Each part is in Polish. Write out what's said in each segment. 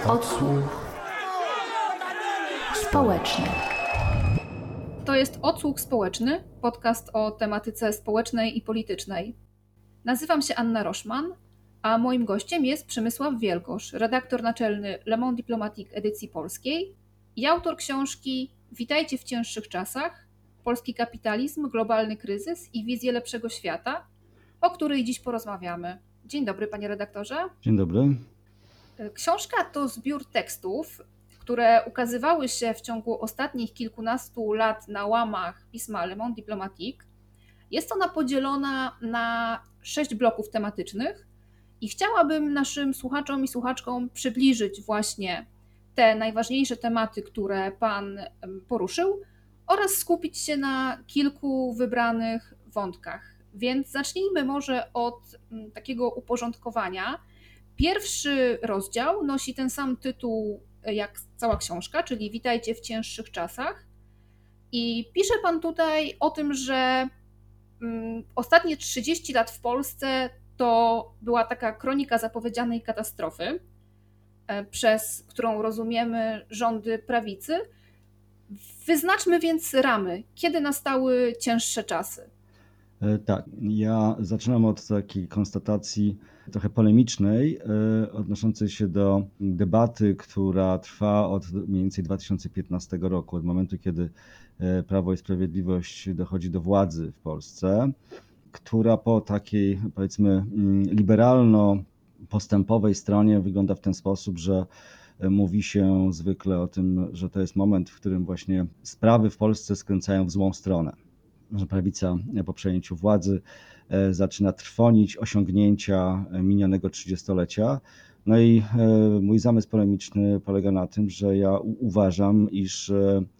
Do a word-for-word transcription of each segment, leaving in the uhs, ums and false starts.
Odsłuch społeczny. To jest Odsłuch Społeczny, podcast o tematyce społecznej i politycznej. Nazywam się Anna Roszman, a moim gościem jest Przemysław Wielgosz, redaktor naczelny Le Monde Diplomatique edycji polskiej i autor książki Witajcie w cięższych czasach – Polski kapitalizm, globalny kryzys i wizje lepszego świata, o której dziś porozmawiamy. Dzień dobry, panie redaktorze. Dzień dobry. Książka to zbiór tekstów, które ukazywały się w ciągu ostatnich kilkunastu lat na łamach pisma Le Monde Diplomatique. Jest ona podzielona na sześć bloków tematycznych i chciałabym naszym słuchaczom i słuchaczkom przybliżyć właśnie te najważniejsze tematy, które pan poruszył, oraz skupić się na kilku wybranych wątkach. Więc zacznijmy może od takiego uporządkowania. Pierwszy rozdział nosi ten sam tytuł jak cała książka, czyli Witajcie w cięższych czasach. I pisze pan tutaj o tym, że ostatnie trzydzieści lat w Polsce to była taka kronika zapowiedzianej katastrofy, przez którą rozumiemy rządy prawicy. Wyznaczmy więc ramy. Kiedy nastały cięższe czasy? Tak, ja zaczynam od takiej konstatacji trochę polemicznej, odnoszącej się do debaty, która trwa od mniej więcej dwa tysiące piętnastego roku, od momentu, kiedy Prawo i Sprawiedliwość dochodzi do władzy w Polsce, która po takiej, powiedzmy, liberalno-postępowej stronie wygląda w ten sposób, że mówi się zwykle o tym, że to jest moment, w którym właśnie sprawy w Polsce skręcają w złą stronę. Że prawica po przejęciu władzy zaczyna trwonić osiągnięcia minionego trzydziestolecia. No i mój zamysł polemiczny polega na tym, że ja uważam, iż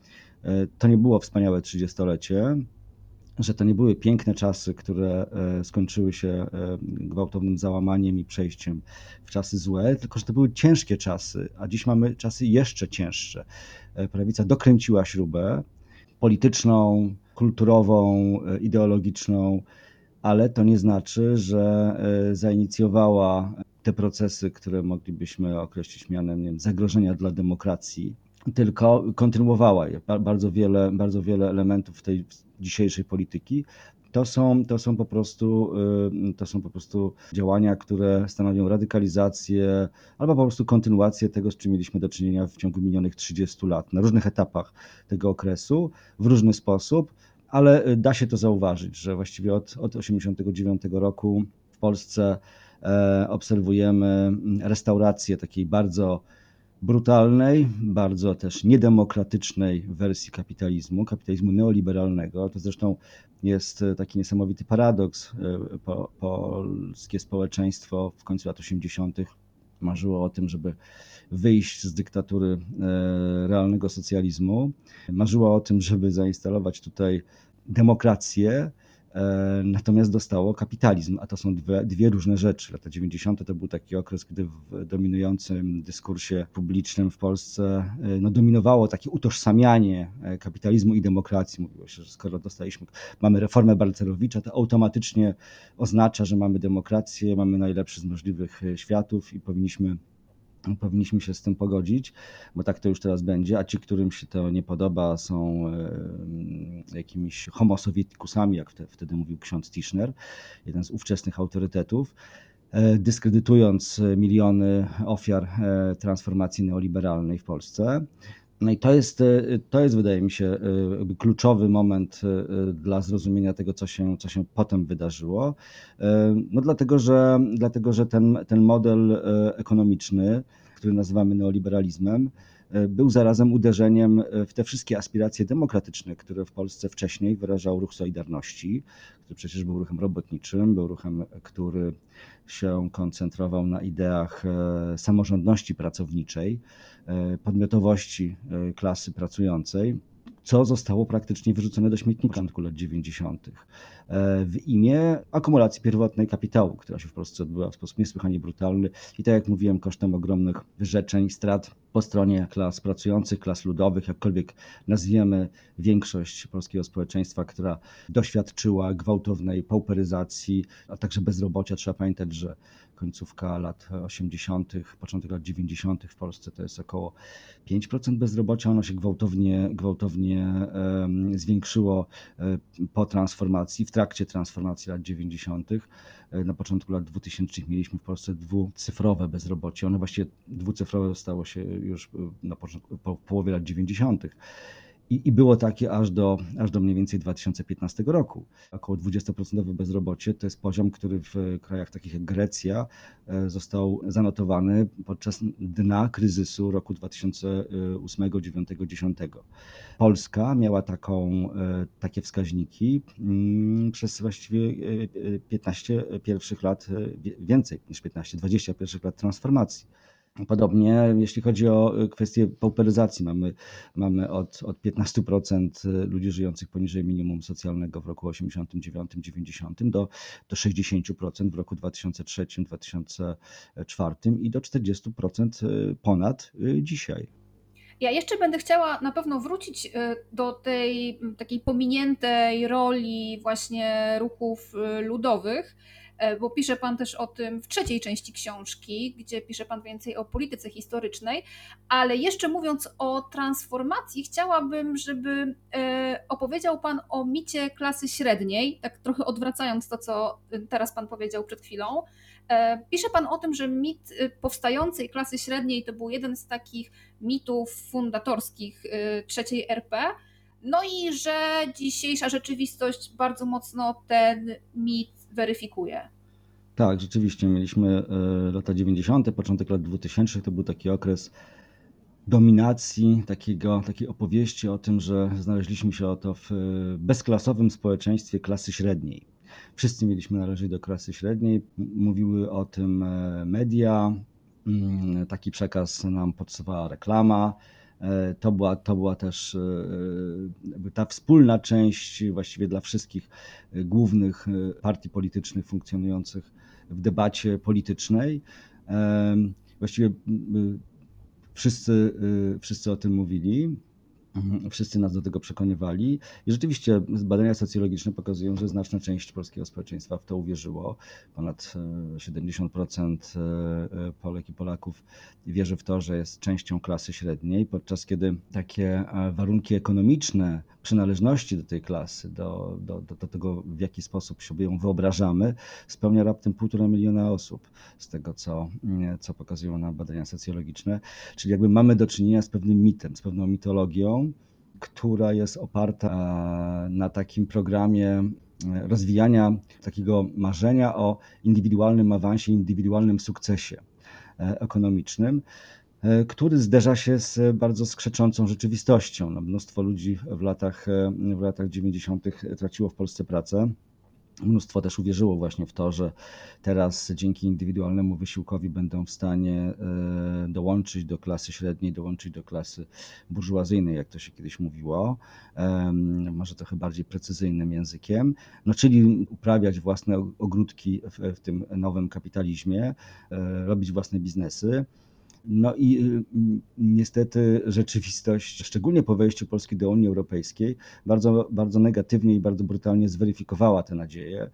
to nie było wspaniałe trzydziestolecie, że to nie były piękne czasy, które skończyły się gwałtownym załamaniem i przejściem w czasy złe, tylko że to były ciężkie czasy, a dziś mamy czasy jeszcze cięższe. Prawica dokręciła śrubę polityczną, kulturową, ideologiczną, ale to nie znaczy, że zainicjowała te procesy, które moglibyśmy określić mianem, nie wiem, zagrożenia dla demokracji, tylko kontynuowała je. Bardzo wiele, bardzo wiele elementów tej dzisiejszej polityki to są, to są po prostu, to są po prostu działania, które stanowią radykalizację albo po prostu kontynuację tego, z czym mieliśmy do czynienia w ciągu minionych trzydziestu lat, na różnych etapach tego okresu, w różny sposób, ale da się to zauważyć, że właściwie od, od osiemdziesiątego dziewiątego roku w Polsce e, obserwujemy restaurację takiej bardzo brutalnej, bardzo też niedemokratycznej wersji kapitalizmu, kapitalizmu neoliberalnego. To zresztą jest taki niesamowity paradoks. Po, polskie społeczeństwo w końcu lat osiemdziesiątych marzyło o tym, żeby wyjść z dyktatury realnego socjalizmu. Marzyło o tym, żeby zainstalować tutaj demokrację, natomiast dostało kapitalizm, a to są dwie, dwie różne rzeczy. Lata dziewięćdziesiąte to był taki okres, gdy w dominującym dyskursie publicznym w Polsce no, dominowało takie utożsamianie kapitalizmu i demokracji. Mówiło się, że skoro dostaliśmy, mamy reformę Balcerowicza, to automatycznie oznacza, że mamy demokrację, mamy najlepszy z możliwych światów i powinniśmy Powinniśmy się z tym pogodzić, bo tak to już teraz będzie, a ci, którym się to nie podoba, są jakimiś homo sovietikusami, jak wtedy mówił ksiądz Tischner, jeden z ówczesnych autorytetów, dyskredytując miliony ofiar transformacji neoliberalnej w Polsce. No i to jest, to jest, wydaje mi się, kluczowy moment dla zrozumienia tego, co się, co się potem wydarzyło. No dlatego, że, dlatego, że ten, ten model ekonomiczny, który nazywamy neoliberalizmem, był zarazem uderzeniem w te wszystkie aspiracje demokratyczne, które w Polsce wcześniej wyrażał ruch Solidarności, który przecież był ruchem robotniczym, był ruchem, który się koncentrował na ideach samorządności pracowniczej, podmiotowości klasy pracującej, co zostało praktycznie wyrzucone do śmietnika w początku lat dziewięćdziesiątych. w imię akumulacji pierwotnej kapitału, która się w Polsce odbyła w sposób niesłychanie brutalny i tak jak mówiłem, kosztem ogromnych wyrzeczeń, strat po stronie klas pracujących, klas ludowych, jakkolwiek nazwiemy większość polskiego społeczeństwa, która doświadczyła gwałtownej pauperyzacji, a także bezrobocia. Trzeba pamiętać, że końcówka lat osiemdziesiątych, początek lat dziewięćdziesiątych w Polsce to jest około pięć procent bezrobocia. Ono się gwałtownie, gwałtownie zwiększyło po transformacji, w trakcie transformacji lat dziewięćdziesiątych. Na początku lat dwutysięcznych mieliśmy w Polsce dwucyfrowe bezrobocie. Ono właściwie dwucyfrowe stało się już na początku, po połowie lat dziewięćdziesiątych. I, I było takie aż do, aż do mniej więcej dwa tysiące piętnastego roku. Około dwadzieścia procent bezrobocie to jest poziom, który w krajach takich jak Grecja został zanotowany podczas dna kryzysu roku dwa tysiące ósmego, dziewiątego, dziesiątego. Polska miała taką, takie wskaźniki przez właściwie piętnaście pierwszych lat, więcej niż piętnaście, dwadzieścia pierwszych lat transformacji. Podobnie jeśli chodzi o kwestię pauperyzacji, mamy, mamy od, od piętnaście procent ludzi żyjących poniżej minimum socjalnego w roku osiemdziesiątym dziewiątym dziewięćdziesiątym do, do sześćdziesiąt procent w roku dwa tysiące trzecim dwa tysiące czwartym i do czterdzieści procent ponad dzisiaj. Ja jeszcze będę chciała na pewno wrócić do tej takiej pominiętej roli właśnie ruchów ludowych, bo pisze Pan też o tym w trzeciej części książki, gdzie pisze Pan więcej o polityce historycznej, ale jeszcze mówiąc o transformacji, chciałabym, żeby opowiedział Pan o micie klasy średniej, tak trochę odwracając to, co teraz Pan powiedział przed chwilą. Pisze Pan o tym, że mit powstającej klasy średniej to był jeden z takich mitów fundatorskich trzeciej R P, no i że dzisiejsza rzeczywistość bardzo mocno ten mit weryfikuje. Tak, rzeczywiście mieliśmy lata dziewięćdziesiąte, początek lat dwutysięcznych, to był taki okres dominacji, takiego, takiej opowieści o tym, że znaleźliśmy się oto w bezklasowym społeczeństwie klasy średniej. Wszyscy mieliśmy należeć do klasy średniej, mówiły o tym media, taki przekaz nam podsuwała reklama. To była, to była też ta wspólna część właściwie dla wszystkich głównych partii politycznych funkcjonujących w debacie politycznej. Właściwie wszyscy, wszyscy o tym mówili. Wszyscy nas do tego przekonywali i rzeczywiście badania socjologiczne pokazują, że znaczna część polskiego społeczeństwa w to uwierzyło. Ponad siedemdziesiąt procent Polek i Polaków wierzy w to, że jest częścią klasy średniej, podczas kiedy takie warunki ekonomiczne przynależności do tej klasy, do, do, do tego, w jaki sposób sobie ją wyobrażamy, spełnia raptem półtora miliona osób z tego, co, co pokazują nam badania socjologiczne. Czyli jakby mamy do czynienia z pewnym mitem, z pewną mitologią, która jest oparta na takim programie rozwijania takiego marzenia o indywidualnym awansie, indywidualnym sukcesie ekonomicznym, który zderza się z bardzo skrzeczącą rzeczywistością. No, mnóstwo ludzi w latach, w latach dziewięćdziesiątych traciło w Polsce pracę. Mnóstwo też uwierzyło właśnie w to, że teraz dzięki indywidualnemu wysiłkowi będą w stanie dołączyć do klasy średniej, dołączyć do klasy burżuazyjnej, jak to się kiedyś mówiło, może trochę bardziej precyzyjnym językiem, no czyli uprawiać własne ogródki w, w tym nowym kapitalizmie, robić własne biznesy. No i niestety rzeczywistość, szczególnie po wejściu Polski do Unii Europejskiej, bardzo, bardzo negatywnie i bardzo brutalnie zweryfikowała te nadzieje,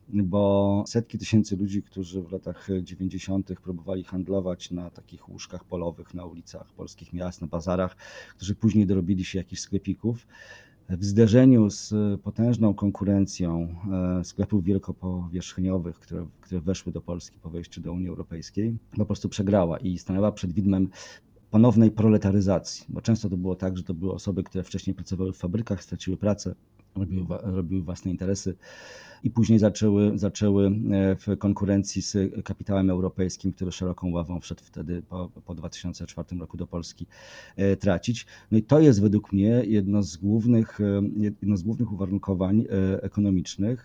bo setki tysięcy ludzi, którzy w latach dziewięćdziesiątych próbowali handlować na takich łóżkach polowych na ulicach polskich miast, na bazarach, którzy później dorobili się jakichś sklepików, w zderzeniu z potężną konkurencją sklepów wielkopowierzchniowych, które, które weszły do Polski po wejściu do Unii Europejskiej, po prostu przegrała i stanęła przed widmem ponownej proletaryzacji, bo często to było tak, że to były osoby, które wcześniej pracowały w fabrykach, straciły pracę, robiły, robiły własne interesy i później zaczęły, zaczęły w konkurencji z kapitałem europejskim, który szeroką ławą wszedł wtedy po, po dwa tysiące czwartym roku do Polski, tracić. No i to jest według mnie jedno z głównych, jedno z głównych uwarunkowań ekonomicznych,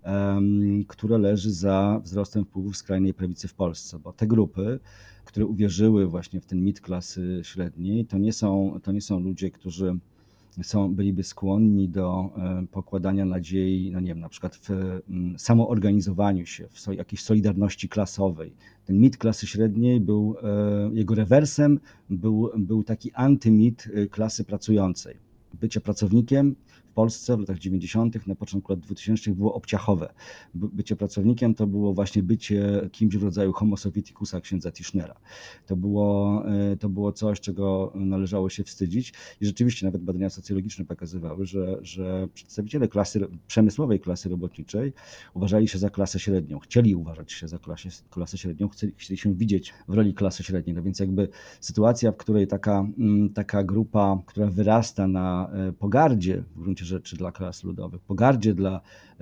które leży za wzrostem wpływów skrajnej prawicy w Polsce, bo te grupy, które uwierzyły właśnie w ten mit klasy średniej, to nie są, to nie są ludzie, którzy są, byliby skłonni do pokładania nadziei, no nie wiem, na przykład w samoorganizowaniu się, w jakiejś solidarności klasowej. Ten mit klasy średniej był, jego rewersem był, był taki antymit klasy pracującej. Bycie pracownikiem w Polsce w latach dziewięćdziesiątych, na początku lat dwutysięcznych było obciachowe. Bycie pracownikiem to było właśnie bycie kimś w rodzaju homo sovieticusa księdza Tischnera. To było, to było coś, czego należało się wstydzić i rzeczywiście nawet badania socjologiczne pokazywały, że, że przedstawiciele klasy, przemysłowej klasy robotniczej uważali się za klasę średnią, chcieli uważać się za klasę, klasę średnią, chcieli, chcieli się widzieć w roli klasy średniej. No więc jakby sytuacja, w której taka, taka grupa, która wyrasta na pogardzie w gruncie rzeczy dla klas ludowych, pogardzie dla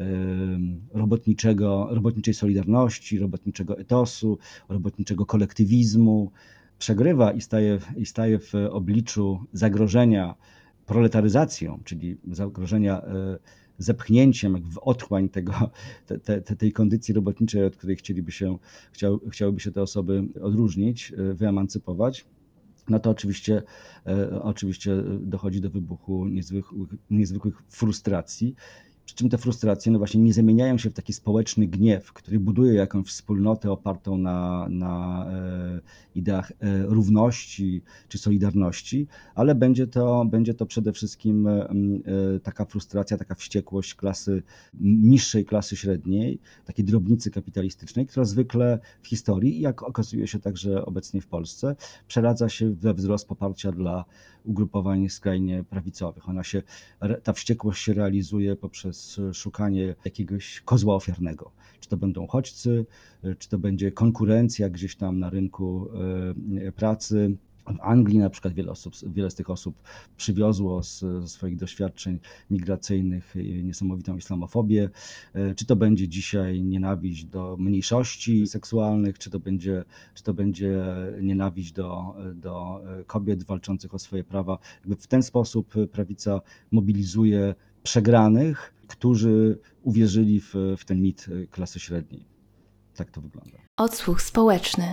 robotniczego, robotniczej solidarności, robotniczego etosu, robotniczego kolektywizmu, przegrywa i staje, i staje w obliczu zagrożenia proletaryzacją, czyli zagrożenia zepchnięciem w otchłań tego, te, te, tej kondycji robotniczej, od której chcieliby się, chciał, chciałyby się te osoby odróżnić, wyemancypować, no to oczywiście, oczywiście dochodzi do wybuchu niezwykłych, niezwykłych frustracji. Przy czym te frustracje no właśnie nie zamieniają się w taki społeczny gniew, który buduje jakąś wspólnotę opartą na, na ideach równości czy solidarności, ale będzie to, będzie to przede wszystkim taka frustracja, taka wściekłość klasy, niższej klasy średniej, takiej drobnicy kapitalistycznej, która zwykle w historii, jak okazuje się także obecnie w Polsce, przeradza się we wzrost poparcia dla ugrupowań skrajnie prawicowych. Ona się, ta wściekłość się realizuje poprzez szukanie jakiegoś kozła ofiarnego. Czy to będą uchodźcy, czy to będzie konkurencja gdzieś tam na rynku pracy. W Anglii na przykład wiele, osób, wiele z tych osób przywiozło z, ze swoich doświadczeń migracyjnych niesamowitą islamofobię. Czy to będzie dzisiaj nienawiść do mniejszości seksualnych, czy to będzie, czy to będzie nienawiść do, do kobiet walczących o swoje prawa. Jakby w ten sposób prawica mobilizuje przegranych, którzy uwierzyli w, w ten mit klasy średniej. Tak to wygląda. Odsłuch społeczny.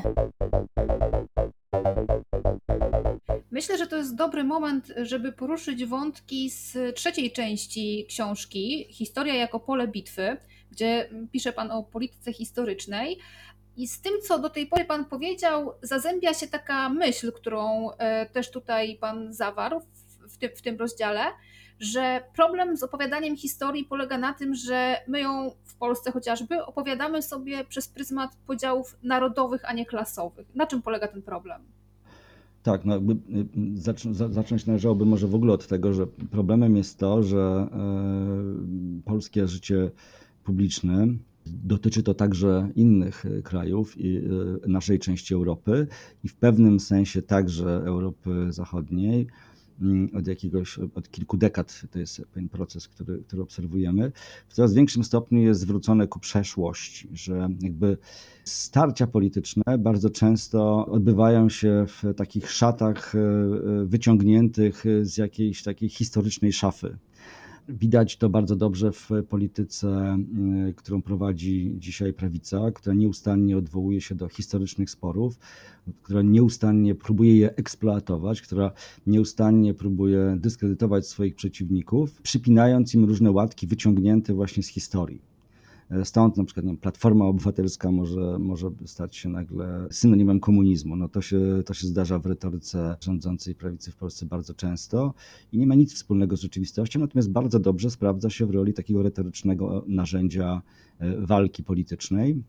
Myślę, że to jest dobry moment, żeby poruszyć wątki z trzeciej części książki, Historia jako pole bitwy, gdzie pisze Pan o polityce historycznej. I z tym, co do tej pory Pan powiedział, zazębia się taka myśl, którą też tutaj Pan zawarł w tym, w tym rozdziale, że problem z opowiadaniem historii polega na tym, że my ją w Polsce chociażby opowiadamy sobie przez pryzmat podziałów narodowych, a nie klasowych. Na czym polega ten problem? Tak, no jakby zacząć należałoby może w ogóle od tego, że problemem jest to, że polskie życie publiczne, dotyczy to także innych krajów i naszej części Europy i w pewnym sensie także Europy Zachodniej, od jakiegoś, od kilku dekad, to jest pewien proces, który, który obserwujemy, w coraz większym stopniu jest zwrócone ku przeszłości, że jakby starcia polityczne bardzo często odbywają się w takich szatach wyciągniętych z jakiejś takiej historycznej szafy. Widać to bardzo dobrze w polityce, którą prowadzi dzisiaj prawica, która nieustannie odwołuje się do historycznych sporów, która nieustannie próbuje je eksploatować, która nieustannie próbuje dyskredytować swoich przeciwników, przypinając im różne łatki wyciągnięte właśnie z historii. Stąd na przykład nie wiem, Platforma Obywatelska może, może stać się nagle synonimem komunizmu. No to się, to się zdarza w retoryce rządzącej prawicy w Polsce bardzo często i nie ma nic wspólnego z rzeczywistością, natomiast bardzo dobrze sprawdza się w roli takiego retorycznego narzędzia walki politycznej.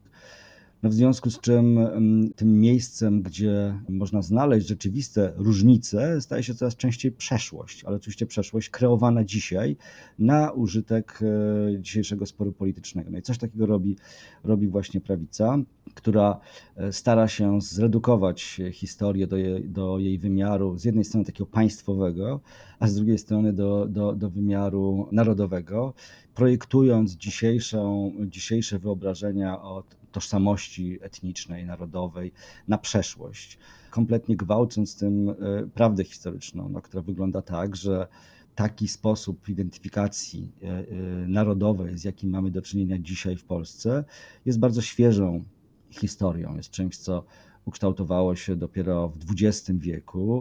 No w związku z czym tym miejscem, gdzie można znaleźć rzeczywiste różnice, staje się coraz częściej przeszłość, ale oczywiście przeszłość kreowana dzisiaj na użytek dzisiejszego sporu politycznego. No i coś takiego robi, robi właśnie prawica, która stara się zredukować historię do jej, do jej wymiaru z jednej strony takiego państwowego, a z drugiej strony do, do, do wymiaru narodowego, projektując dzisiejszą, dzisiejsze wyobrażenia o tożsamości etnicznej, narodowej na przeszłość, kompletnie gwałcąc tym prawdę historyczną, no, która wygląda tak, że taki sposób identyfikacji narodowej, z jakim mamy do czynienia dzisiaj w Polsce, jest bardzo świeżą historią, jest czymś, co ukształtowało się dopiero w dwudziestym wieku,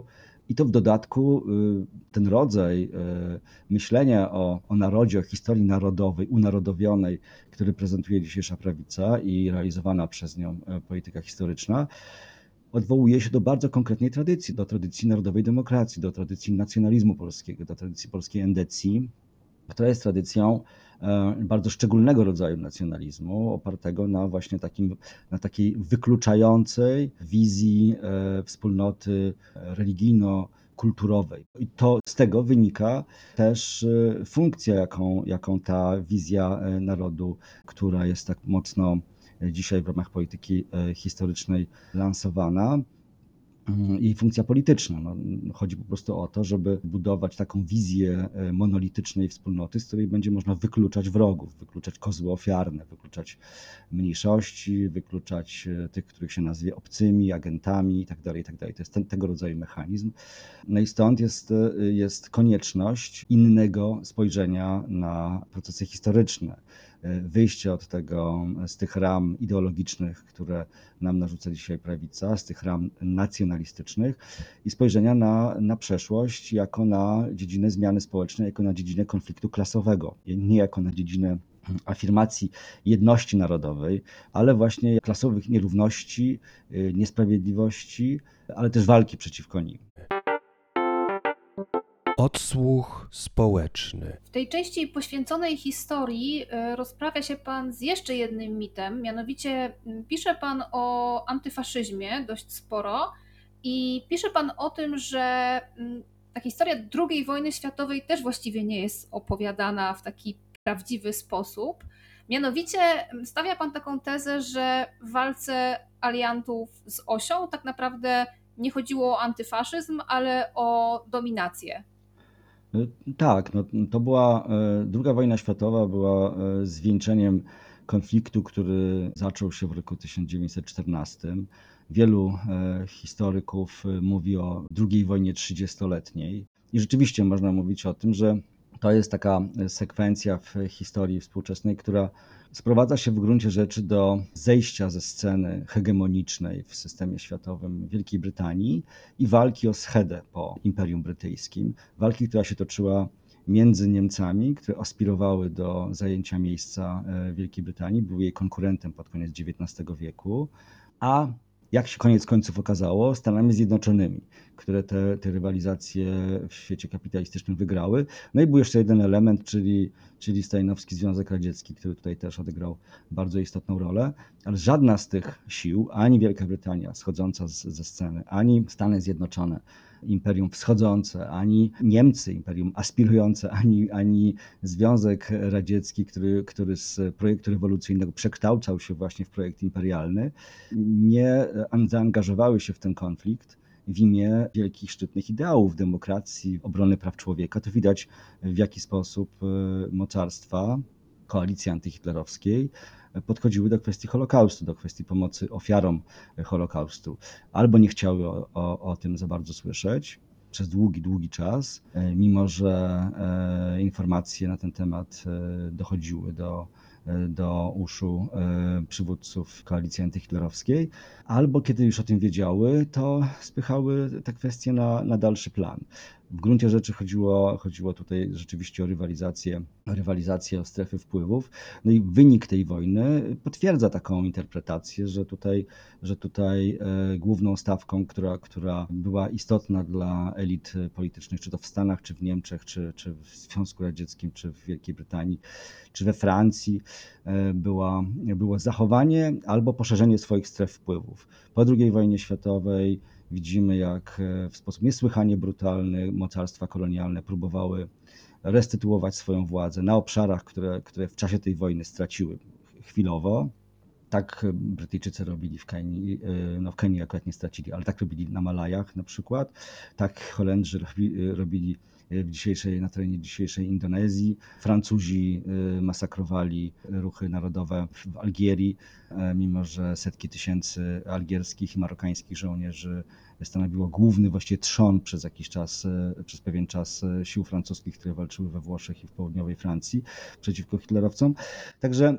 I to w dodatku ten rodzaj myślenia o, o narodzie, o historii narodowej, unarodowionej, który prezentuje dzisiejsza prawica i realizowana przez nią polityka historyczna, odwołuje się do bardzo konkretnej tradycji, do tradycji narodowej demokracji, do tradycji nacjonalizmu polskiego, do tradycji polskiej endecji, która jest tradycją bardzo szczególnego rodzaju nacjonalizmu, opartego na właśnie takim, na takiej wykluczającej wizji wspólnoty religijno-kulturowej. I to z tego wynika też funkcja, jaką, jaką ta wizja narodu, która jest tak mocno dzisiaj w ramach polityki historycznej lansowana, i funkcja polityczna. No, chodzi po prostu o to, żeby budować taką wizję monolitycznej wspólnoty, z której będzie można wykluczać wrogów, wykluczać kozły ofiarne, wykluczać mniejszości, wykluczać tych, których się nazwie obcymi, agentami itd. itd. To jest ten, tego rodzaju mechanizm. No i stąd jest, jest konieczność innego spojrzenia na procesy historyczne. Wyjście od tego, z tych ram ideologicznych, które nam narzuca dzisiaj prawica, z tych ram nacjonalistycznych i spojrzenia na, na przeszłość jako na dziedzinę zmiany społecznej, jako na dziedzinę konfliktu klasowego, nie jako na dziedzinę afirmacji jedności narodowej, ale właśnie klasowych nierówności, niesprawiedliwości, ale też walki przeciwko nim. Odsłuch społeczny. W tej części poświęconej historii rozprawia się Pan z jeszcze jednym mitem, mianowicie pisze Pan o antyfaszyzmie dość sporo i pisze Pan o tym, że ta historia drugiej wojny światowej też właściwie nie jest opowiadana w taki prawdziwy sposób. Mianowicie stawia Pan taką tezę, że w walce aliantów z Osią tak naprawdę nie chodziło o antyfaszyzm, ale o dominację. Tak, no, to była druga wojna światowa, była zwieńczeniem konfliktu, który zaczął się w roku tysiąc dziewięćset czternastym. Wielu historyków mówi o drugiej wojnie trzydziestoletniej i rzeczywiście można mówić o tym, że to jest taka sekwencja w historii współczesnej, która sprowadza się w gruncie rzeczy do zejścia ze sceny hegemonicznej w systemie światowym Wielkiej Brytanii i walki o schedę po Imperium Brytyjskim. Walki, która się toczyła między Niemcami, które aspirowały do zajęcia miejsca Wielkiej Brytanii, były jej konkurentem pod koniec dziewiętnastego wieku, a jak się koniec końców okazało, Stanami Zjednoczonymi, które te, te rywalizacje w świecie kapitalistycznym wygrały. No i był jeszcze jeden element, czyli, czyli Stalinowski Związek Radziecki, który tutaj też odegrał bardzo istotną rolę, ale żadna z tych sił, ani Wielka Brytania schodząca z, ze sceny, ani Stany Zjednoczone, Imperium Wschodzące, ani Niemcy, Imperium aspirujące, ani, ani Związek Radziecki, który, który z projektu rewolucyjnego przekształcał się właśnie w projekt imperialny, nie zaangażowały się w ten konflikt w imię wielkich, szczytnych ideałów demokracji, obrony praw człowieka. To widać, w jaki sposób mocarstwa koalicji antyhitlerowskiej podchodziły do kwestii Holokaustu, do kwestii pomocy ofiarom Holokaustu. Albo nie chciały o, o, o tym za bardzo słyszeć przez długi, długi czas, mimo że informacje na ten temat dochodziły do, do uszu przywódców koalicji antyhitlerowskiej, albo kiedy już o tym wiedziały, to spychały te kwestie na, na dalszy plan. W gruncie rzeczy chodziło, chodziło tutaj rzeczywiście o rywalizację, o rywalizację o strefy wpływów. No i wynik tej wojny potwierdza taką interpretację, że tutaj, że tutaj główną stawką, która, która była istotna dla elit politycznych, czy to w Stanach, czy w Niemczech, czy, czy w Związku Radzieckim, czy w Wielkiej Brytanii, czy we Francji, była, było zachowanie albo poszerzenie swoich stref wpływów. Po drugiej wojnie światowej widzimy, jak w sposób niesłychanie brutalny mocarstwa kolonialne próbowały restytuować swoją władzę na obszarach, które, które w czasie tej wojny straciły chwilowo. Tak Brytyjczycy robili w Kenii, no w Kenii akurat nie stracili, ale tak robili na Malajach na przykład. Tak Holendrzy robili w dzisiejszej, na terenie dzisiejszej Indonezji. Francuzi masakrowali ruchy narodowe w Algierii, mimo że setki tysięcy algierskich i marokańskich żołnierzy stanowiło główny właściwie trzon przez jakiś czas, przez pewien czas sił francuskich, które walczyły we Włoszech i w południowej Francji przeciwko hitlerowcom. Także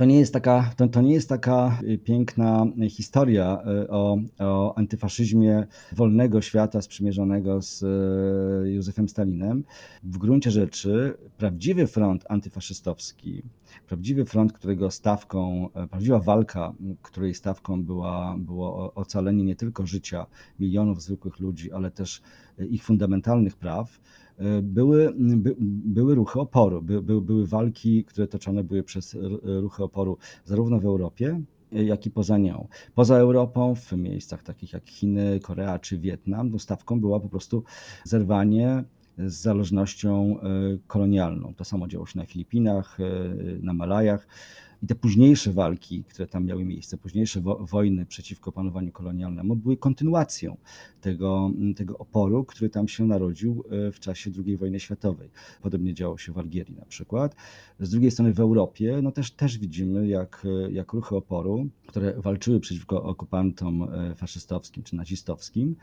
To nie jest taka, to, to nie jest taka y, piękna y, historia y, o, o antyfaszyzmie wolnego świata sprzymierzonego z y, Józefem Stalinem. W gruncie rzeczy prawdziwy front antyfaszystowski, prawdziwy front, którego stawką, e, prawdziwa walka, m, której stawką była, było o- ocalenie nie tylko życia milionów zwykłych ludzi, ale też y, ich fundamentalnych praw, e, były, by, były ruchy oporu, by, by, były walki, które toczone były przez r- ruchy oporu zarówno w Europie, e, jak i poza nią. Poza Europą, w miejscach takich jak Chiny, Korea czy Wietnam, no stawką była po prostu zerwanie z zależnością e, kolonialną. To samo działo się na Filipinach, e, na Malajach. I te późniejsze walki, które tam miały miejsce, późniejsze wo- wojny przeciwko panowaniu kolonialnemu, były kontynuacją tego, tego oporu, który tam się narodził e, w czasie drugiej wojny światowej. Podobnie działo się w Algierii na przykład. Z drugiej strony w Europie no też, też widzimy, jak, e, jak ruchy oporu, które walczyły przeciwko okupantom e, faszystowskim czy nazistowskim,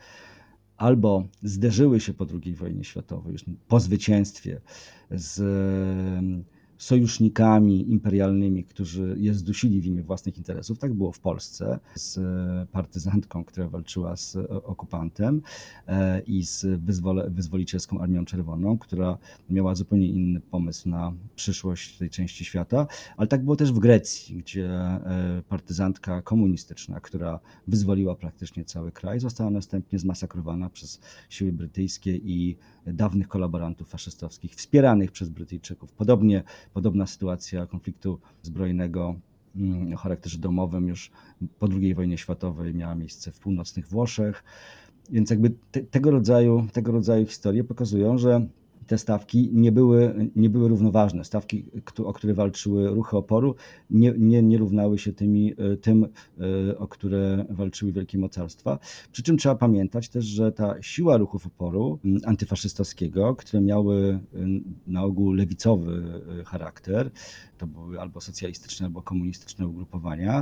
albo zderzyły się po drugiej wojnie światowej, już po zwycięstwie, z em, sojusznikami imperialnymi, którzy je zdusili w imię własnych interesów. Tak było w Polsce z e, partyzantką, która walczyła z e, okupantem e, i z wyzwole, wyzwolicielską Armią Czerwoną, która miała zupełnie inny pomysł na przyszłość tej części świata. Ale tak było też w Grecji, gdzie e, partyzantka komunistyczna, która wyzwoliła praktycznie cały kraj, została następnie zmasakrowana przez siły brytyjskie i dawnych kolaborantów faszystowskich, wspieranych przez Brytyjczyków. Podobnie, podobna sytuacja konfliktu zbrojnego mm, o charakterze domowym już po drugiej wojnie światowej miała miejsce w północnych Włoszech. Więc jakby te, tego rodzaju, tego rodzaju historie pokazują, że te stawki nie były, nie były równoważne. Stawki, któ- o które walczyły ruchy oporu, nie, nie, nie równały się tymi, e, tym, e, o które walczyły wielkie mocarstwa. Przy czym trzeba pamiętać też, że ta siła ruchów oporu m, antyfaszystowskiego, które miały m, na ogół lewicowy e, charakter, to były albo socjalistyczne, albo komunistyczne ugrupowania,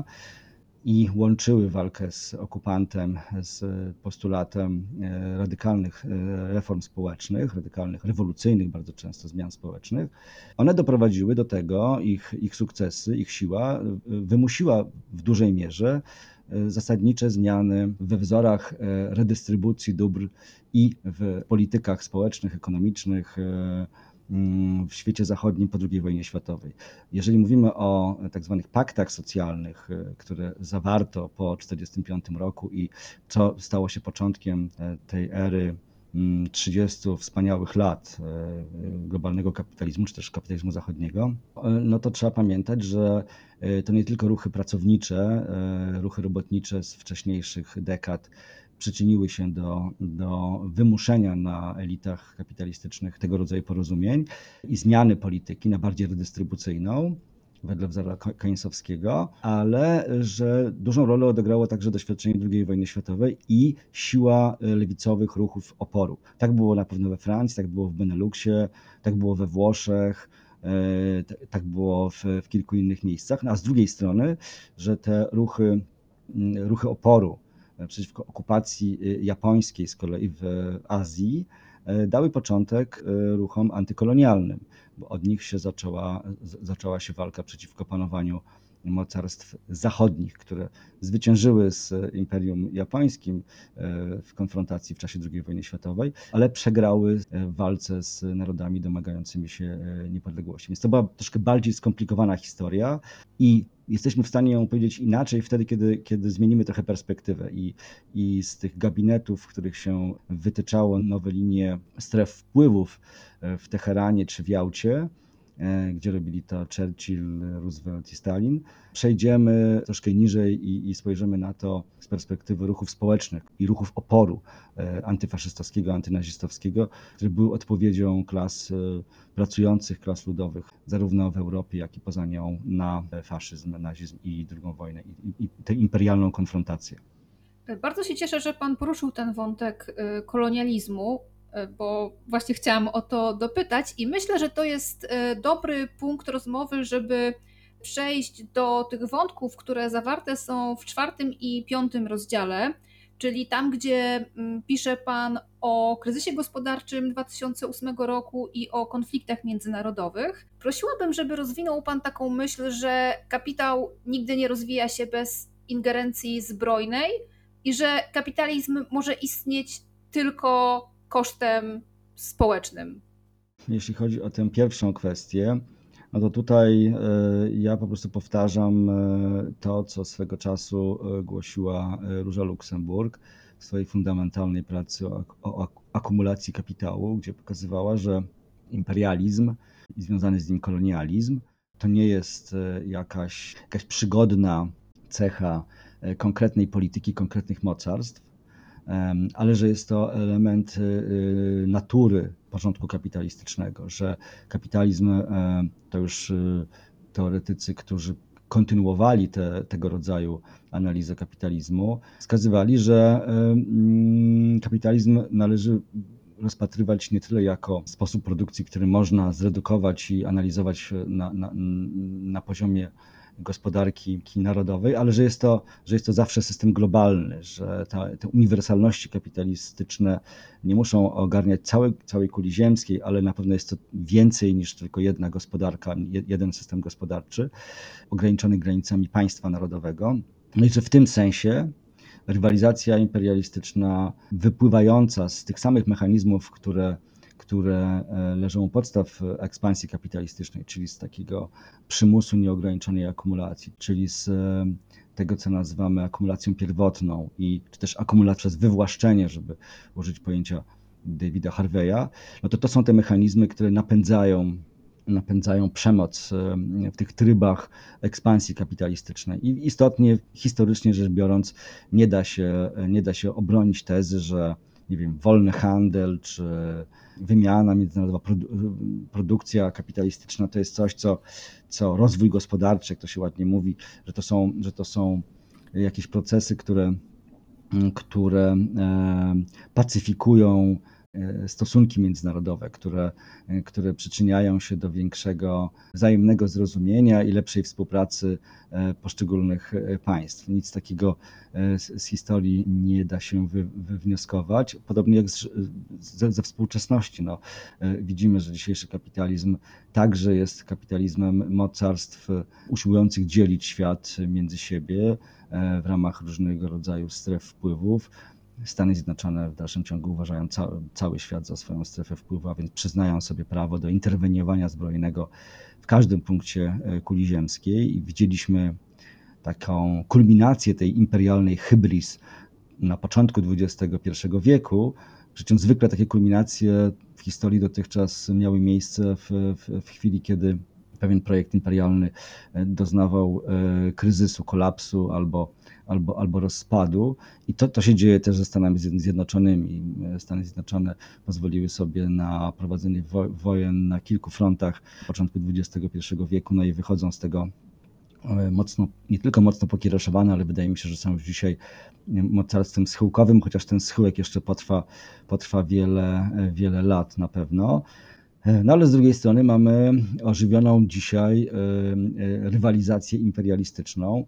i łączyły walkę z okupantem z postulatem e, radykalnych e, reform społecznych, radykalnych, rewolucyjnych bardzo często zmian społecznych. One doprowadziły do tego, ich, ich sukcesy, ich siła e, wymusiła w dużej mierze e, zasadnicze zmiany we wzorach e, redystrybucji dóbr i w politykach społecznych, ekonomicznych, e, mm, w świecie zachodnim po drugiej wojnie światowej. Jeżeli mówimy o tak zwanych paktach socjalnych, e, które zawarto po tysiąc dziewięćset czterdziestym piątym roku i co stało się początkiem e, tej ery mm, trzydziestu wspaniałych lat e, globalnego kapitalizmu, czy też kapitalizmu zachodniego, e, no to trzeba pamiętać, że e, to nie tylko ruchy pracownicze, e, ruchy robotnicze z wcześniejszych dekad przyczyniły się do, do wymuszenia na elitach kapitalistycznych tego rodzaju porozumień i zmiany polityki na bardziej redystrybucyjną, wedle wzora Keynesowskiego, ale że dużą rolę odegrało także doświadczenie drugiej wojny światowej i siła lewicowych ruchów oporu. Tak było na pewno we Francji, tak było w Beneluxie, tak było we Włoszech, e, t- tak było w, w kilku innych miejscach. No a z drugiej strony, że te ruchy, mm, ruchy oporu e, przeciwko okupacji e, japońskiej z kolei w Azji e, dały początek e, ruchom antykolonialnym, bo od nich się zaczęła, z- zaczęła się walka przeciwko panowaniu mocarstw zachodnich, które zwyciężyły z Imperium Japońskim e, w konfrontacji w czasie drugiej wojny światowej, ale przegrały e, w walce z narodami domagającymi się e, niepodległości. Więc to była troszkę bardziej skomplikowana historia i jesteśmy w stanie ją opowiedzieć inaczej wtedy, kiedy, kiedy zmienimy trochę perspektywę i, i z tych gabinetów, w których się wytyczało nowe linie stref wpływów e, w Teheranie czy w Jałcie, e, gdzie robili to Churchill, Roosevelt i Stalin, przejdziemy troszkę niżej i, i spojrzymy na to z perspektywy ruchów społecznych i ruchów oporu e, antyfaszystowskiego, antynazistowskiego, które były odpowiedzią klas e, pracujących, klas ludowych, zarówno w Europie, jak i poza nią, na faszyzm, nazizm i drugą wojnę i, i tę imperialną konfrontację. Bardzo się cieszę, że Pan poruszył ten wątek y, kolonializmu, y, bo właśnie chciałam o to dopytać i myślę, że to jest y, dobry punkt rozmowy, żeby przejść do tych wątków, które zawarte są w czwartym i piątym rozdziale, czyli tam, gdzie mm, pisze Pan o kryzysie gospodarczym dwa tysiące ósmego roku i o konfliktach międzynarodowych. Prosiłabym, żeby rozwinął Pan taką myśl, że kapitał nigdy nie rozwija się bez ingerencji zbrojnej i że kapitalizm może istnieć tylko kosztem społecznym. Jeśli chodzi o tę pierwszą kwestię, no to tutaj e, ja po prostu powtarzam e, to, co swego czasu e, głosiła e, Róża Luksemburg w swojej fundamentalnej pracy o, ak- o ak- akumulacji kapitału, gdzie pokazywała, że imperializm i związany z nim kolonializm to nie jest e, jakaś, jakaś przygodna cecha e, konkretnej polityki, konkretnych mocarstw, em, ale że jest to element y, natury porządku kapitalistycznego, że kapitalizm e, to już y, teoretycy, którzy kontynuowali te, tego rodzaju analizę kapitalizmu, wskazywali, że mm, kapitalizm należy rozpatrywać nie tyle jako sposób produkcji, który można zredukować i analizować na, na, na poziomie gospodarki narodowej, ale że jest to, że jest to zawsze system globalny, że ta, te uniwersalności kapitalistyczne nie muszą ogarniać całej, całej kuli ziemskiej, ale na pewno jest to więcej niż tylko jedna gospodarka, jeden system gospodarczy, ograniczony granicami państwa narodowego. No i że w tym sensie rywalizacja imperialistyczna wypływająca z tych samych mechanizmów, które, które leżą u podstaw ekspansji kapitalistycznej, czyli z takiego przymusu nieograniczonej akumulacji, czyli z tego, co nazywamy akumulacją pierwotną i czy też akumulacją przez wywłaszczenie, żeby użyć pojęcia Davida Harveya, no to to są te mechanizmy, które napędzają napędzają przemoc w tych trybach ekspansji kapitalistycznej. I istotnie, historycznie rzecz biorąc, nie da się, nie da się obronić tezy, że nie wiem, wolny handel czy wymiana międzynarodowa, produkcja kapitalistyczna to jest coś, co, co rozwój gospodarczy, jak to się ładnie mówi, że to są, że to są jakieś procesy, które, które pacyfikują stosunki międzynarodowe, które, które przyczyniają się do większego wzajemnego zrozumienia i lepszej współpracy poszczególnych państw. Nic takiego z, z historii nie da się wy, wywnioskować. Podobnie jak z, ze, ze współczesności. No, widzimy, że dzisiejszy kapitalizm także jest kapitalizmem mocarstw usiłujących dzielić świat między siebie w ramach różnego rodzaju stref wpływów. Stany Zjednoczone w dalszym ciągu uważają cały, cały świat za swoją strefę wpływu, a więc przyznają sobie prawo do interweniowania zbrojnego w każdym punkcie kuli ziemskiej. I widzieliśmy taką kulminację tej imperialnej hybris na początku dwudziestego pierwszego wieku, przy czym zwykle takie kulminacje w historii dotychczas miały miejsce w, w, w chwili, kiedy pewien projekt imperialny doznawał kryzysu, kolapsu albo, albo, albo rozpadu. I to, to się dzieje też ze Stanami Zjednoczonymi. Stany Zjednoczone pozwoliły sobie na prowadzenie wo- wojen na kilku frontach na początku dwudziestego pierwszego wieku, no i wychodzą z tego mocno, nie tylko mocno pokiereszowane, ale wydaje mi się, że są już dzisiaj mocarstwem schyłkowym, chociaż ten schyłek jeszcze potrwa, potrwa wiele, wiele lat na pewno. No ale z drugiej strony mamy ożywioną dzisiaj rywalizację imperialistyczną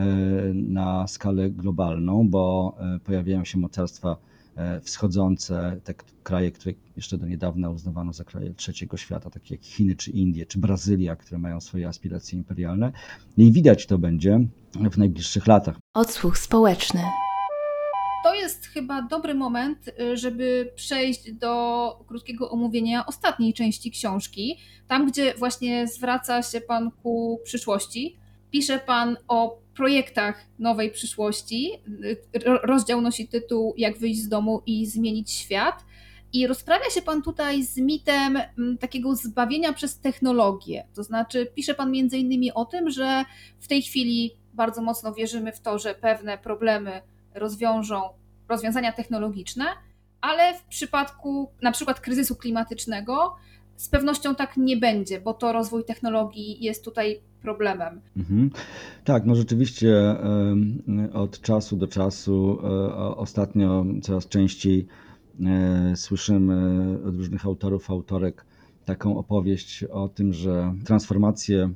na skalę globalną, bo pojawiają się mocarstwa wschodzące, te kraje, które jeszcze do niedawna uznawano za kraje trzeciego świata, takie jak Chiny czy Indie, czy Brazylia, które mają swoje aspiracje imperialne. I widać to będzie w najbliższych latach. Odsłuch społeczny. To jest chyba dobry moment, żeby przejść do krótkiego omówienia ostatniej części książki, tam gdzie właśnie zwraca się Pan ku przyszłości. Pisze Pan o projektach nowej przyszłości. Rozdział nosi tytuł Jak wyjść z domu i zmienić świat. I rozprawia się Pan tutaj z mitem takiego zbawienia przez technologię. To znaczy pisze Pan między innymi o tym, że w tej chwili bardzo mocno wierzymy w to, że pewne problemy rozwiążą rozwiązania technologiczne, ale w przypadku na przykład kryzysu klimatycznego z pewnością tak nie będzie, bo to rozwój technologii jest tutaj problemem. Mhm. Tak, no rzeczywiście od czasu do czasu, ostatnio coraz częściej słyszymy od różnych autorów, autorek taką opowieść o tym, że transformacje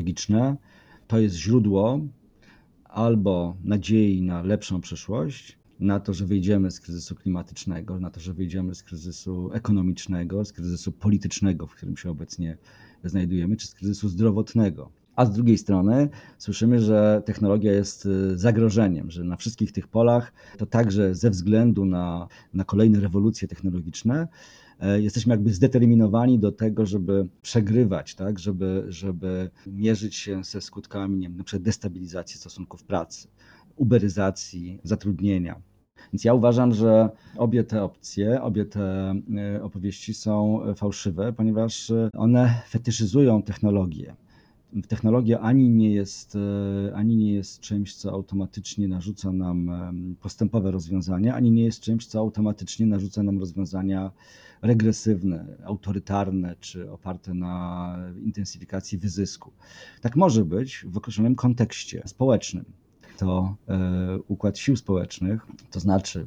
technologiczne to jest źródło albo nadziei na lepszą przyszłość, na to, że wyjdziemy z kryzysu klimatycznego, na to, że wyjdziemy z kryzysu ekonomicznego, z kryzysu politycznego, w którym się obecnie znajdujemy, czy z kryzysu zdrowotnego. A z drugiej strony słyszymy, że technologia jest zagrożeniem, że na wszystkich tych polach, to także ze względu na, na kolejne rewolucje technologiczne, jesteśmy jakby zdeterminowani do tego, żeby przegrywać, tak? żeby, żeby mierzyć się ze skutkami, nie wiem, na przykład destabilizacji stosunków pracy, uberyzacji zatrudnienia. Więc ja uważam, że obie te opcje, obie te opowieści są fałszywe, ponieważ one fetyszyzują technologię. Technologia ani nie jest, ani nie jest czymś, co automatycznie narzuca nam postępowe rozwiązania, ani nie jest czymś, co automatycznie narzuca nam rozwiązania regresywne, autorytarne czy oparte na intensyfikacji wyzysku. Tak może być w określonym kontekście społecznym. To układ sił społecznych, to znaczy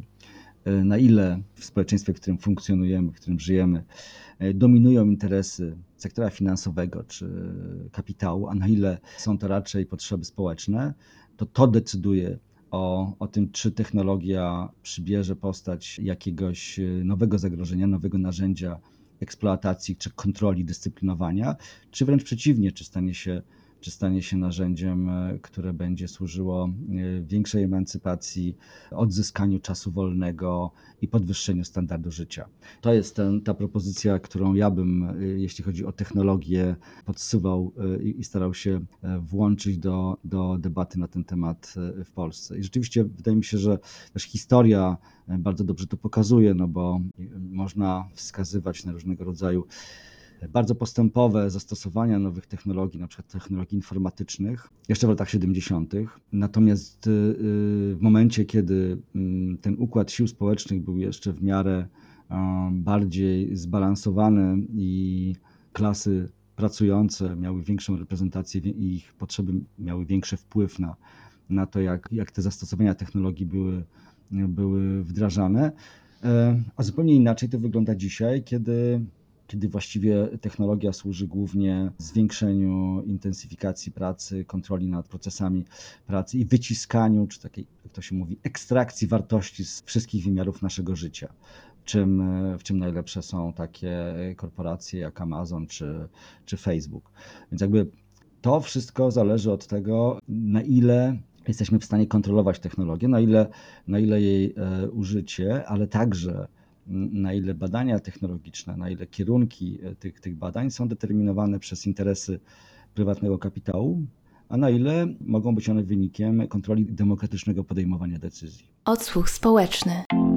na ile w społeczeństwie, w którym funkcjonujemy, w którym żyjemy, dominują interesy sektora finansowego czy kapitału, a na ile są to raczej potrzeby społeczne, to to decyduje o, o tym, czy technologia przybierze postać jakiegoś nowego zagrożenia, nowego narzędzia eksploatacji czy kontroli, dyscyplinowania, czy wręcz przeciwnie, czy stanie się czy stanie się narzędziem, które będzie służyło większej emancypacji, odzyskaniu czasu wolnego i podwyższeniu standardu życia. To jest ten, ta propozycja, którą ja bym, jeśli chodzi o technologię, podsuwał i starał się włączyć do, do debaty na ten temat w Polsce. I rzeczywiście wydaje mi się, że też historia bardzo dobrze to pokazuje, no bo można wskazywać na różnego rodzaju bardzo postępowe zastosowania nowych technologii, na przykład technologii informatycznych, jeszcze w latach siedemdziesiątych. Natomiast w momencie, kiedy ten układ sił społecznych był jeszcze w miarę bardziej zbalansowany i klasy pracujące miały większą reprezentację i ich potrzeby miały większy wpływ na, na to, jak, jak te zastosowania technologii były, były wdrażane. A zupełnie inaczej to wygląda dzisiaj, kiedy kiedy właściwie technologia służy głównie zwiększeniu intensyfikacji pracy, kontroli nad procesami pracy i wyciskaniu, czy takiej, jak to się mówi, ekstrakcji wartości z wszystkich wymiarów naszego życia. Czym, w czym najlepsze są takie korporacje jak Amazon czy, czy Facebook. Więc jakby to wszystko zależy od tego, na ile jesteśmy w stanie kontrolować technologię, na ile, na ile jej użycie, ale także na ile badania technologiczne, na ile kierunki tych, tych badań są determinowane przez interesy prywatnego kapitału, a na ile mogą być one wynikiem kontroli demokratycznego podejmowania decyzji. Odsłuch społeczny.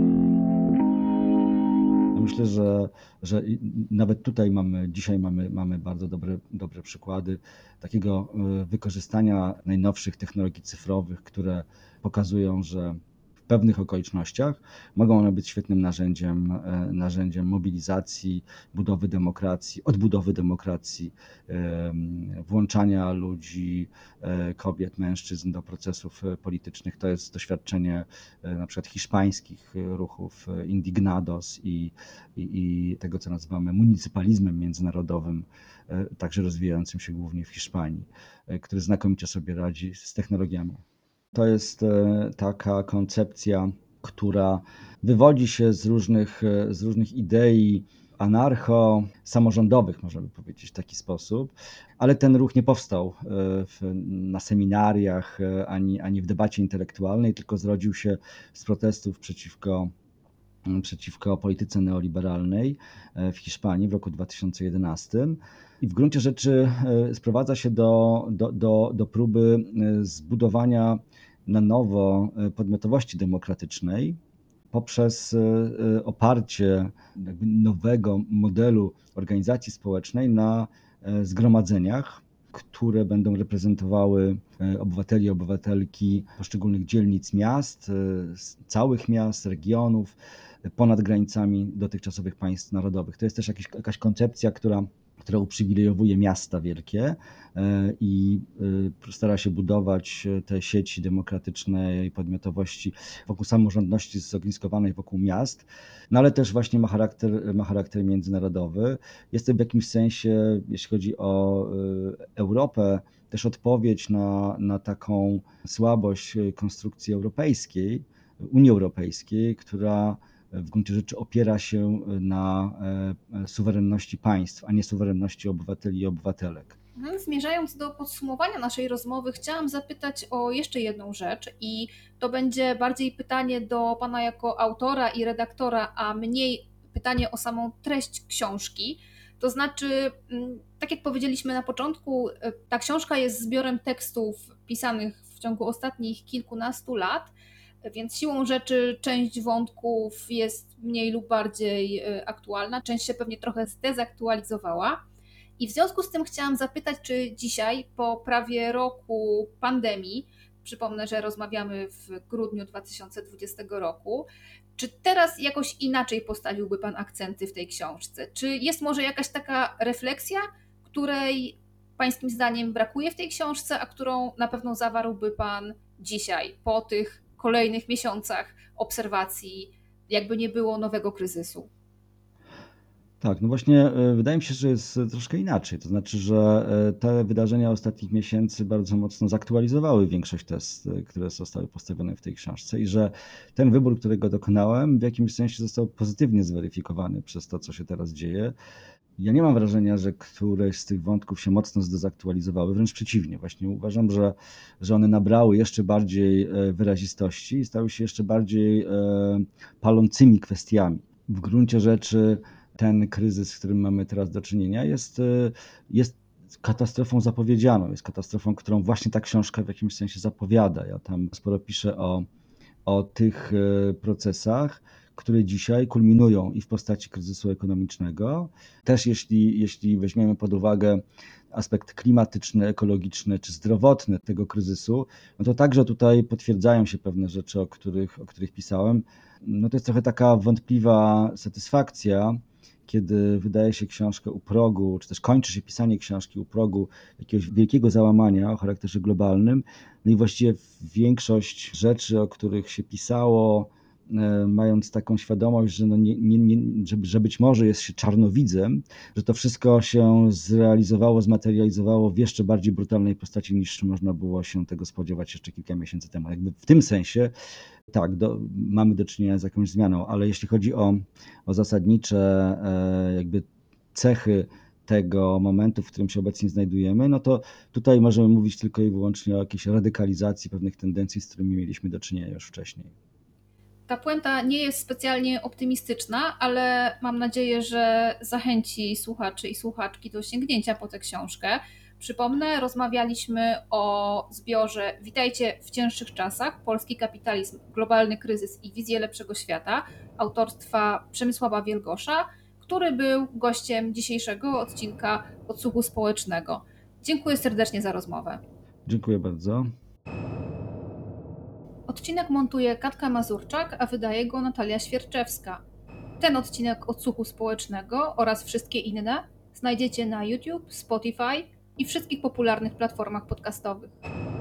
Myślę, że, że nawet tutaj mamy, dzisiaj mamy, mamy bardzo dobre, dobre przykłady takiego wykorzystania najnowszych technologii cyfrowych, które pokazują, że w pewnych okolicznościach mogą one być świetnym narzędziem, narzędziem mobilizacji, budowy demokracji, odbudowy demokracji, włączania ludzi, kobiet, mężczyzn do procesów politycznych. To jest doświadczenie na przykład hiszpańskich ruchów Indignados i, i, i tego, co nazywamy municypalizmem międzynarodowym, także rozwijającym się głównie w Hiszpanii, który znakomicie sobie radzi z technologiami. To jest taka koncepcja, która wywodzi się z różnych, z różnych idei anarcho-samorządowych, można by powiedzieć w taki sposób, ale ten ruch nie powstał w, na seminariach ani, ani w debacie intelektualnej, tylko zrodził się z protestów przeciwko, przeciwko polityce neoliberalnej w Hiszpanii w roku dwa tysiące jedenastym. I w gruncie rzeczy sprowadza się do, do, do, do próby zbudowania na nowo podmiotowości demokratycznej poprzez oparcie jakby nowego modelu organizacji społecznej na zgromadzeniach, które będą reprezentowały obywateli i obywatelki poszczególnych dzielnic miast, całych miast, regionów, ponad granicami dotychczasowych państw narodowych. To jest też jakaś, jakaś koncepcja, która która uprzywilejowuje miasta wielkie i stara się budować te sieci demokratycznej podmiotowości wokół samorządności zogniskowanej wokół miast, no ale też właśnie ma charakter, ma charakter międzynarodowy. Jest to w jakimś sensie, jeśli chodzi o Europę, też odpowiedź na, na taką słabość konstrukcji europejskiej, Unii Europejskiej, która w gruncie rzeczy opiera się na suwerenności państw, a nie suwerenności obywateli i obywatelek. Zmierzając do podsumowania naszej rozmowy, chciałam zapytać o jeszcze jedną rzecz i to będzie bardziej pytanie do Pana jako autora i redaktora, a mniej pytanie o samą treść książki. To znaczy, tak jak powiedzieliśmy na początku, ta książka jest zbiorem tekstów pisanych w ciągu ostatnich kilkunastu lat, więc siłą rzeczy część wątków jest mniej lub bardziej aktualna, część się pewnie trochę zdezaktualizowała. I w związku z tym chciałam zapytać, czy dzisiaj, po prawie roku pandemii, przypomnę, że rozmawiamy w grudniu dwa tysiące dwudziestego roku, czy teraz jakoś inaczej postawiłby Pan akcenty w tej książce? Czy jest może jakaś taka refleksja, której Pańskim zdaniem brakuje w tej książce, a którą na pewno zawarłby Pan dzisiaj, po tych kolejnych miesiącach obserwacji, jakby nie było nowego kryzysu? Tak, no właśnie wydaje mi się, że jest troszkę inaczej. To znaczy, że te wydarzenia ostatnich miesięcy bardzo mocno zaktualizowały większość tez, które zostały postawione w tej książce i że ten wybór, którego dokonałem, w jakimś sensie został pozytywnie zweryfikowany przez to, co się teraz dzieje. Ja nie mam wrażenia, że któreś z tych wątków się mocno zdezaktualizowały, wręcz przeciwnie. Właśnie uważam, że, że one nabrały jeszcze bardziej wyrazistości i stały się jeszcze bardziej palącymi kwestiami. W gruncie rzeczy ten kryzys, z którym mamy teraz do czynienia, jest, jest katastrofą zapowiedzianą, jest katastrofą, którą właśnie ta książka w jakimś sensie zapowiada. Ja tam sporo piszę o, o tych procesach, które dzisiaj kulminują i w postaci kryzysu ekonomicznego. Też jeśli, jeśli weźmiemy pod uwagę aspekt klimatyczny, ekologiczny czy zdrowotny tego kryzysu, no to także tutaj potwierdzają się pewne rzeczy, o których, o których pisałem. No to jest trochę taka wątpliwa satysfakcja, kiedy wydaje się książkę u progu, czy też kończy się pisanie książki u progu jakiegoś wielkiego załamania o charakterze globalnym. No i właściwie większość rzeczy, o których się pisało, mając taką świadomość, że, no nie, nie, nie, że, że być może jest się czarnowidzem, że to wszystko się zrealizowało, zmaterializowało w jeszcze bardziej brutalnej postaci niż można było się tego spodziewać jeszcze kilka miesięcy temu. Jakby w tym sensie tak, do, mamy do czynienia z jakąś zmianą, ale jeśli chodzi o, o zasadnicze e, jakby cechy tego momentu, w którym się obecnie znajdujemy, no to tutaj możemy mówić tylko i wyłącznie o jakiejś radykalizacji pewnych tendencji, z którymi mieliśmy do czynienia już wcześniej. Ta puenta nie jest specjalnie optymistyczna, ale mam nadzieję, że zachęci słuchaczy i słuchaczki do sięgnięcia po tę książkę. Przypomnę, rozmawialiśmy o zbiorze Witajcie w cięższych czasach, polski kapitalizm, globalny kryzys i wizje lepszego świata, autorstwa Przemysława Wielgosza, który był gościem dzisiejszego odcinka Odsłuchu Społecznego. Dziękuję serdecznie za rozmowę. Dziękuję bardzo. Odcinek montuje Katka Mazurczak, a wydaje go Natalia Świerczewska. Ten odcinek Odsłuchu Społecznego oraz wszystkie inne znajdziecie na YouTube, Spotify i wszystkich popularnych platformach podcastowych.